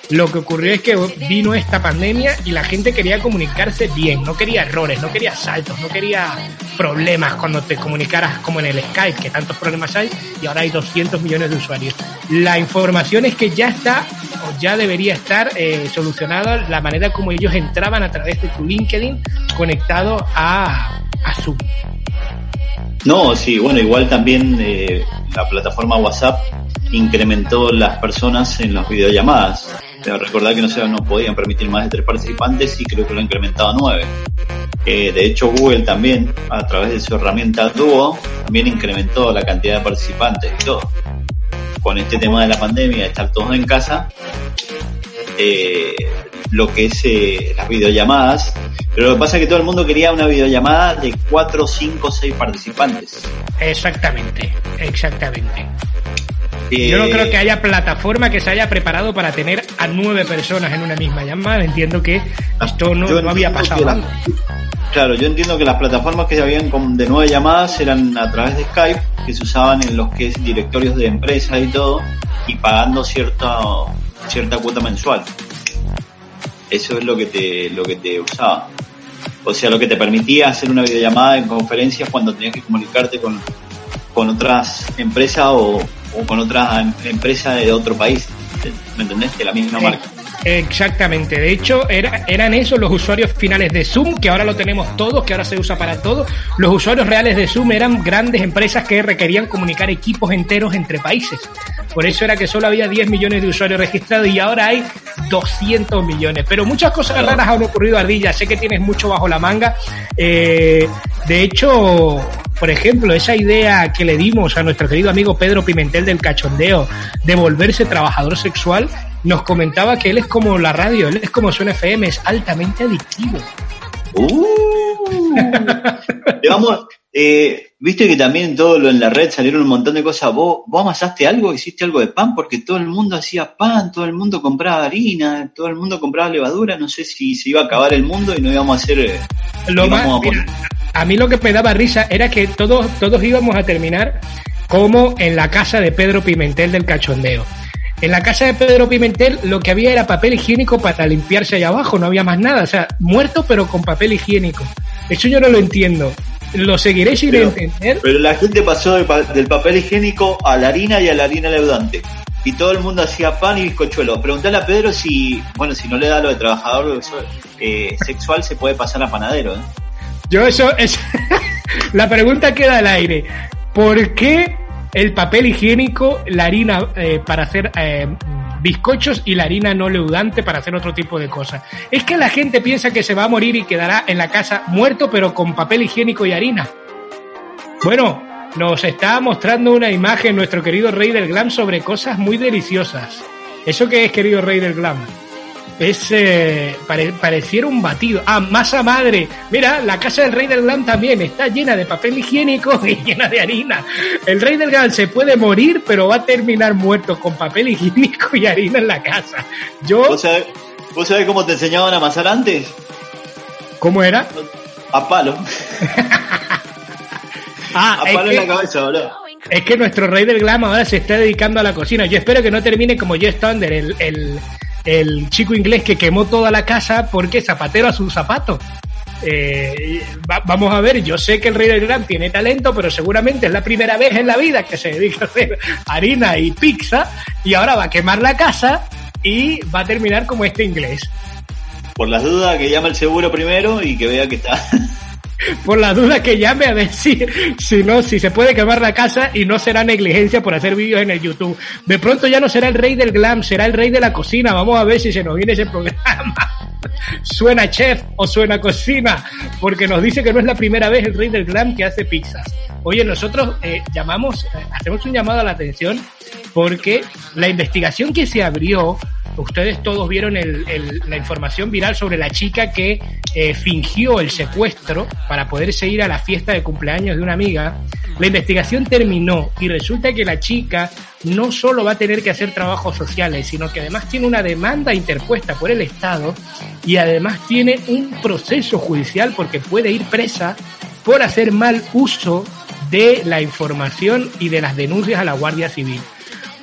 Lo que ocurrió es que vino esta pandemia y la gente quería comunicarse bien, no quería errores, no quería saltos, no quería problemas cuando te comunicaras como en el Skype, que tantos problemas hay, y ahora hay 200 millones de usuarios. La información es que ya está, o ya debería estar solucionada la manera como ellos entraban a través de tu LinkedIn conectado a Zoom. No, sí, bueno, igual también la plataforma WhatsApp incrementó las personas en las videollamadas. Recordar que no podían permitir más de 3 participantes y creo que lo ha incrementado a 9. De hecho, Google también, a través de su herramienta Duo, también incrementó la cantidad de participantes y todo. Con este tema de la pandemia, de estar todos en casa, lo que es las videollamadas, pero lo que pasa es que todo el mundo quería una videollamada de 4, 5, 6 participantes. Exactamente. Yo no creo que haya plataforma que se haya preparado para tener a 9 personas en una misma llamada. Entiendo que esto no había pasado antes. Claro, yo entiendo que las plataformas que habían de 9 llamadas eran a través de Skype, que se usaban en los que es directorios de empresas y todo, y pagando cierta cuota mensual. Eso es lo que te usaba. O sea, lo que te permitía hacer una videollamada en conferencias cuando tenías que comunicarte con otras empresas o con otra empresa de otro país, ¿me entendés? De la misma marca. Exactamente, de hecho eran esos los usuarios finales de Zoom, que ahora lo tenemos todos, que ahora se usa para todo. Los usuarios reales de Zoom eran grandes empresas que requerían comunicar equipos enteros entre países. Por eso era que solo había 10 millones de usuarios registrados y ahora hay 200 millones. Pero muchas cosas raras han ocurrido, Ardilla. Sé que tienes mucho bajo la manga. De hecho, por ejemplo, esa idea que le dimos a nuestro querido amigo Pedro Pimentel del Cachondeo de volverse trabajador sexual, nos comentaba que él es como la radio, él es como Suena FM, es altamente adictivo. Digamos, viste que también en la red salieron un montón de cosas. ¿Vos amasaste algo? ¿Hiciste algo de pan? Porque todo el mundo hacía pan, todo el mundo compraba harina, todo el mundo compraba levadura. No sé si se iba a acabar el mundo y no íbamos a hacer... a mí lo que me daba risa era que todos íbamos a terminar como en la casa de Pedro Pimentel del Cachondeo. En la casa de Pedro Pimentel lo que había era papel higiénico para limpiarse allá abajo, no había más nada, o sea, muerto pero con papel higiénico. Eso yo no lo entiendo, lo seguiré sin entender. Pero la gente pasó del papel higiénico a la harina y a la harina leudante. Y todo el mundo hacía pan y bizcochuelos. Preguntale a Pedro si no le da lo de trabajador sexual, se puede pasar a panadero, ¿eh? Yo eso es la pregunta queda al aire. ¿Por qué el papel higiénico, la harina para hacer bizcochos y la harina no leudante para hacer otro tipo de cosas? Es que la gente piensa que se va a morir y quedará en la casa muerto pero con papel higiénico y harina. Bueno, nos está mostrando una imagen nuestro querido Rey del Glam sobre cosas muy deliciosas. ¿Eso qué es, querido Rey del Glam? Es pareciera un batido. Masa madre. Mira, la casa del Rey del Glam también está llena de papel higiénico y llena de harina. El Rey del Glam se puede morir, pero va a terminar muerto con papel higiénico y harina en la casa. ¿Vos sabés cómo te enseñaban a amasar antes? ¿Cómo era? A palo. A palo en la cabeza, boludo. Es que nuestro Rey del Glam ahora se está dedicando a la cocina. Yo espero que no termine como Jess Thunder, el chico inglés que quemó toda la casa porque zapatero a sus zapatos. Vamos a ver, yo sé que el Rey del Glam tiene talento, pero seguramente es la primera vez en la vida que se dedica a hacer harina y pizza y ahora va a quemar la casa y va a terminar como este inglés. Por las dudas, que llame el seguro primero y que vea que está... Por la duda que llame a ver si se puede quemar la casa y no será negligencia por hacer vídeos en el YouTube. De pronto ya no será el Rey del Glam, será el Rey de la Cocina. Vamos a ver si se nos viene ese programa. Suena Chef o Suena Cocina, porque nos dice que no es la primera vez el Rey del Glam que hace pizzas. Oye, nosotros hacemos un llamado a la atención porque la investigación que se abrió, ustedes todos vieron la información viral sobre la chica que fingió el secuestro para poderse ir a la fiesta de cumpleaños de una amiga. La investigación terminó y resulta que la chica no solo va a tener que hacer trabajos sociales, sino que además tiene una demanda interpuesta por el Estado y además tiene un proceso judicial porque puede ir presa por hacer mal uso de la información y de las denuncias a la Guardia Civil.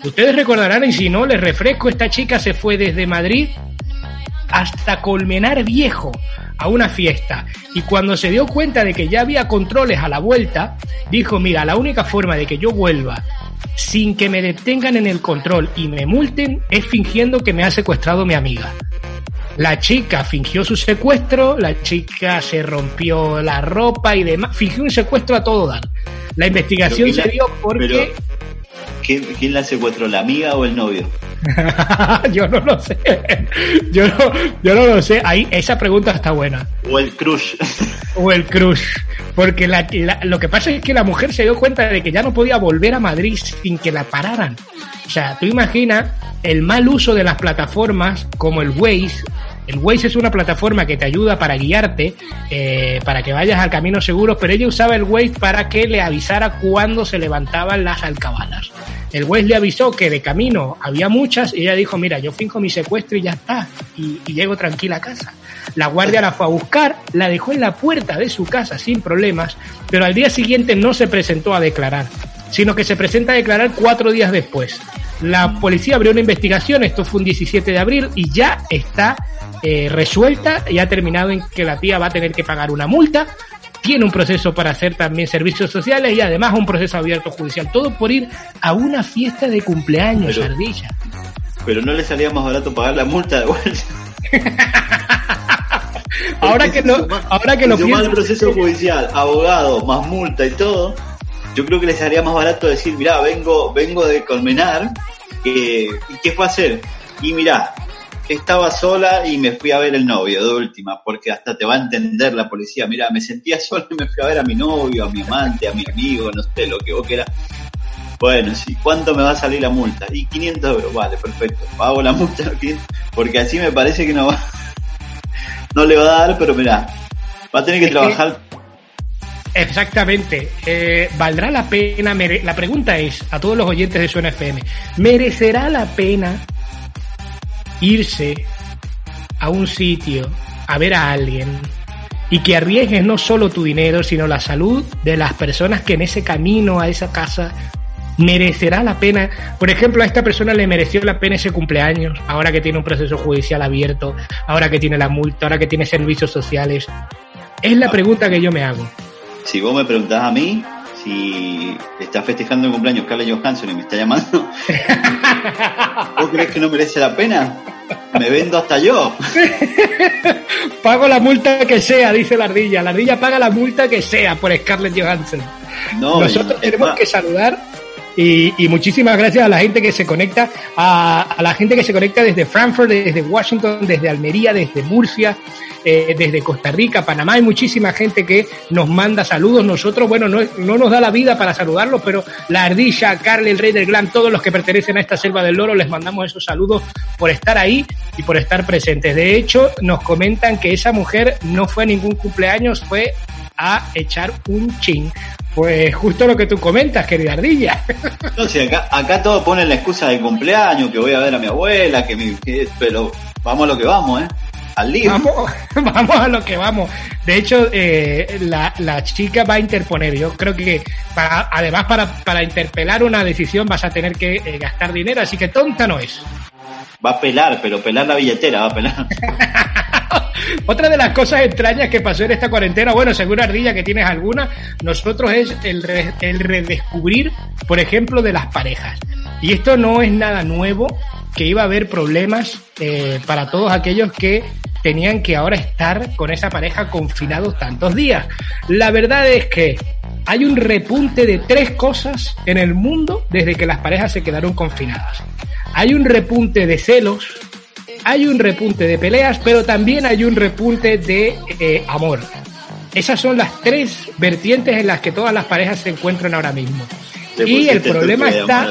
Ustedes recordarán, y si no, les refresco, esta chica se fue desde Madrid hasta Colmenar Viejo a una fiesta, y cuando se dio cuenta de que ya había controles a la vuelta, dijo, mira, la única forma de que yo vuelva sin que me detengan en el control y me multen es fingiendo que me ha secuestrado mi amiga. La chica fingió su secuestro, la chica se rompió la ropa y demás, fingió un secuestro a todo dar. La investigación se dio porque... ¿Quién la secuestró, la amiga o el novio? Yo no lo sé. Yo no lo sé. Ahí, esa pregunta está buena. O el crush. O el crush. Porque lo que pasa es que la mujer se dio cuenta de que ya no podía volver a Madrid sin que la pararan. O sea, tú imaginas el mal uso de las plataformas como el Waze. El Waze es una plataforma que te ayuda para guiarte, para que vayas al camino seguro, pero ella usaba el Waze para que le avisara cuando se levantaban las alcabalas. El Waze le avisó que de camino había muchas y ella dijo, mira, yo finjo mi secuestro y ya está, y llego tranquila a casa. La guardia la fue a buscar, la dejó en la puerta de su casa sin problemas, pero al día siguiente no se presentó a declarar, sino que se presenta a declarar 4 días después. La policía abrió una investigación, esto fue un 17 de abril, y ya está resuelta, y ha terminado en que la tía va a tener que pagar una multa, tiene un proceso para hacer también servicios sociales y además un proceso abierto judicial, todo por ir a una fiesta de cumpleaños, Ardilla. Pero no le salía más barato pagar la multa de vuelta. ahora que lo pienso, el proceso judicial, abogado, más multa y todo, yo creo que les haría más barato decir, mirá, vengo de Colmenar, ¿y qué fue a hacer? Y mirá, estaba sola y me fui a ver el novio de última, porque hasta te va a entender la policía, mirá, me sentía sola y me fui a ver a mi novio, a mi amante, a mi amigo, no sé, lo que vos quieras. Bueno, sí, ¿cuánto me va a salir la multa? Y 500 euros, vale, perfecto, pago la multa, porque así me parece que no le va a dar, pero mirá, va a tener que trabajar. Exactamente. ¿Valdrá la pena? La pregunta es, a todos los oyentes de Suena FM, ¿merecerá la pena irse a un sitio a ver a alguien y que arriesgues no solo tu dinero, sino la salud de las personas que en ese camino a esa casa? ¿Merecerá la pena? Por ejemplo, a esta persona le mereció la pena ese cumpleaños, ahora que tiene un proceso judicial abierto, ahora que tiene la multa, ahora que tiene servicios sociales. Es la pregunta que yo me hago. Si vos me preguntás a mí, si está festejando el cumpleaños Scarlett Johansson y me está llamando, ¿vos crees que no merece la pena? Me vendo hasta yo. Pago la multa que sea, dice la ardilla. La ardilla paga la multa que sea por Scarlett Johansson. No, nosotros tenemos que saludar y muchísimas gracias a la gente que se conecta, a la gente que se conecta desde Frankfurt, desde Washington, desde Almería, desde Murcia, desde Costa Rica, Panamá. Hay muchísima gente que nos manda saludos. Nosotros, bueno, no nos da la vida para saludarlos, pero la ardilla, Carly, el rey del glam, todos los que pertenecen a esta selva del loro, les mandamos esos saludos por estar ahí y por estar presentes. De hecho, nos comentan que esa mujer no fue a ningún cumpleaños, fue a echar un chin. Pues justo lo que tú comentas, querida ardilla. No sé, acá todos ponen la excusa de cumpleaños, que voy a ver a mi abuela, pero vamos a lo que vamos, al lío. Vamos a lo que vamos. De hecho, la chica va a interponer. Yo creo que además para interpelar una decisión vas a tener que gastar dinero, así que tonta no es. Va a pelar, pero pelar la billetera, va a pelar. Otra de las cosas extrañas que pasó en esta cuarentena, bueno, seguro ardilla que tienes alguna, nosotros es el redescubrir, por ejemplo, de las parejas. Y esto no es nada nuevo, que iba a haber problemas para todos aquellos que tenían que ahora estar con esa pareja confinados tantos días. La verdad es que hay un repunte de 3 cosas en el mundo desde que las parejas se quedaron confinadas. Hay un repunte de celos, hay un repunte de peleas, pero también hay un repunte de amor. Esas son las 3 vertientes en las que todas las parejas se encuentran ahora mismo. Y el problema está...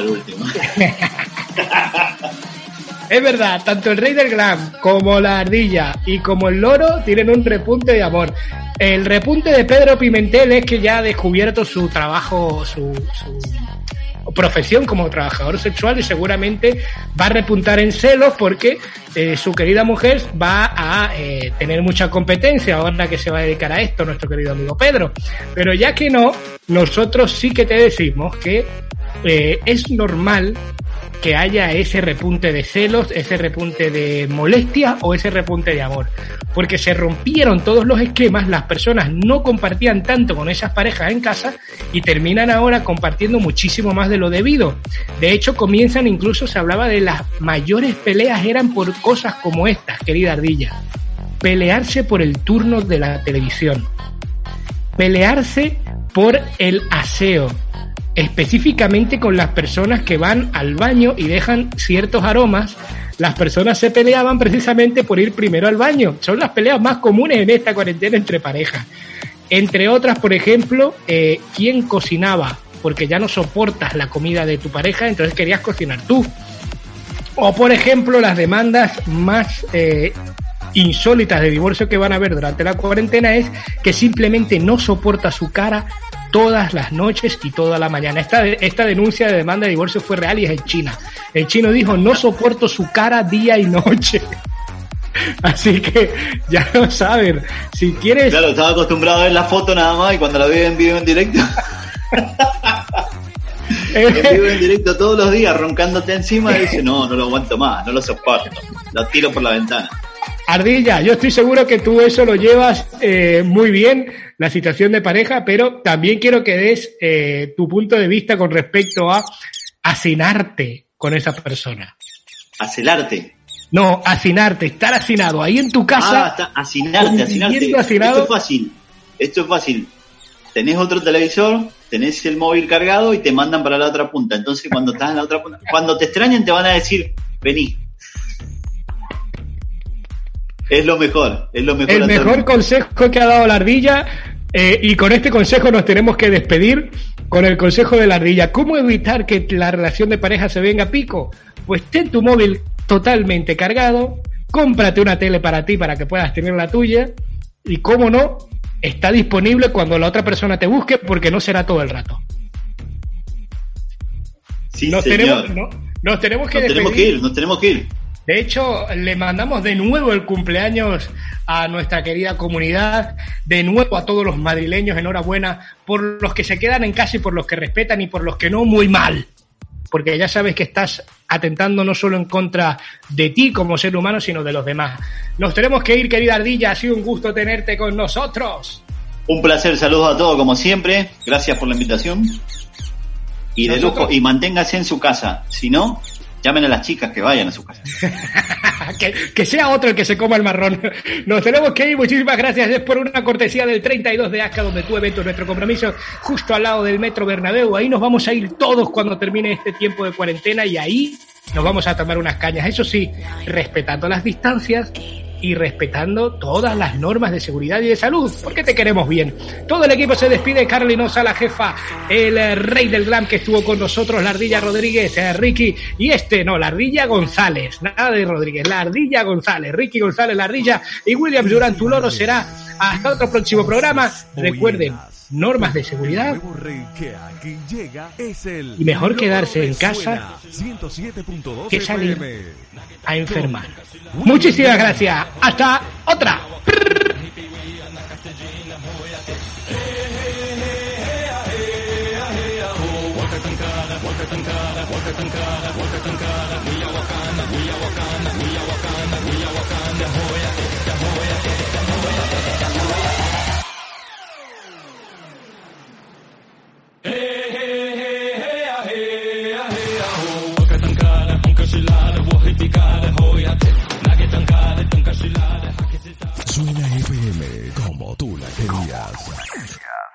Es verdad, tanto el rey del glam como la ardilla y como el loro tienen un repunte de amor. El repunte de Pedro Pimentel es que ya ha descubierto su trabajo, su profesión como trabajador sexual, y seguramente va a repuntar en celos porque su querida mujer va a tener mucha competencia ahora que se va a dedicar a esto, nuestro querido amigo Pedro. Pero ya que no, nosotros sí que te decimos que es normal que haya ese repunte de celos, ese repunte de molestia o ese repunte de amor. Porque se rompieron todos los esquemas, las personas no compartían tanto con esas parejas en casa y terminan ahora compartiendo muchísimo más de lo debido. De hecho, comienzan, incluso se hablaba de las mayores peleas eran por cosas como estas, querida Ardilla. Pelearse por el turno de la televisión. Pelearse por el aseo. Específicamente con las personas que van al baño y dejan ciertos aromas, las personas se peleaban precisamente por ir primero al baño. Son las peleas más comunes en esta cuarentena entre parejas. Entre otras, por ejemplo, ¿quién cocinaba? Porque ya no soportas la comida de tu pareja, entonces querías cocinar tú. O, por ejemplo, las demandas más insólitas de divorcio que van a haber durante la cuarentena es que simplemente no soporta su cara todas las noches y toda la mañana. Esta denuncia de demanda de divorcio fue real y es en China. El chino dijo, no soporto su cara día y noche. Así que ya lo saben. Si quieres... Claro, estaba acostumbrado a ver la foto nada más y cuando la veo en vivo en directo... en vivo en directo todos los días roncándote encima y dice, no lo aguanto más, no lo soporto. Lo tiro por la ventana. Ardilla, yo estoy seguro que tú eso lo llevas muy bien, la situación de pareja, pero también quiero que des tu punto de vista con respecto a hacinarte con esa persona. ¿Hacelarte? No, hacinarte, estar hacinado ahí en tu casa. Hacinarte. Hacinado. Esto es fácil. Tenés otro televisor, tenés el móvil cargado y te mandan para la otra punta. Entonces cuando estás en la otra punta, cuando te extrañen te van a decir, vení. Es lo mejor. El mejor consejo que ha dado la Ardilla, y con este consejo nos tenemos que despedir con el consejo de la Ardilla. ¿Cómo evitar que la relación de pareja se venga a pico? Pues ten tu móvil totalmente cargado, cómprate una tele para ti para que puedas tener la tuya y, cómo no, está disponible cuando la otra persona te busque, porque no será todo el rato. Sí, nos tenemos que ir. De hecho, le mandamos de nuevo el cumpleaños a nuestra querida comunidad, de nuevo a todos los madrileños, enhorabuena por los que se quedan en casa y por los que respetan y por los que no, muy mal. Porque ya sabes que estás atentando no solo en contra de ti como ser humano, sino de los demás. Nos tenemos que ir, querida Ardilla, ha sido un gusto tenerte con nosotros. Un placer, saludos a todos como siempre, gracias por la invitación. Y de lujo, y manténgase en su casa, si no... Llamen a las chicas que vayan a su casa. que sea otro el que se coma el marrón. Nos tenemos que ir. Muchísimas gracias. Es por una cortesía del 32 de Asca, donde tu evento, nuestro compromiso, justo al lado del Metro Bernabéu. Ahí nos vamos a ir todos cuando termine este tiempo de cuarentena y ahí nos vamos a tomar unas cañas. Eso sí, respetando las distancias y respetando todas las normas de seguridad y de salud, porque te queremos bien. Todo el equipo se despide. Carly Nosa, la jefa, el rey del glam que estuvo con nosotros, la Ardilla Rodríguez, Ricky, y la Ardilla González, nada de Rodríguez, la Ardilla González, Ricky González, la Ardilla, y William Durán, tu loro será hasta otro próximo programa. Recuerden, normas de seguridad y mejor quedarse en casa que salir a enfermar. Muchísimas gracias. Hasta otra. Suena FM como tú la querías.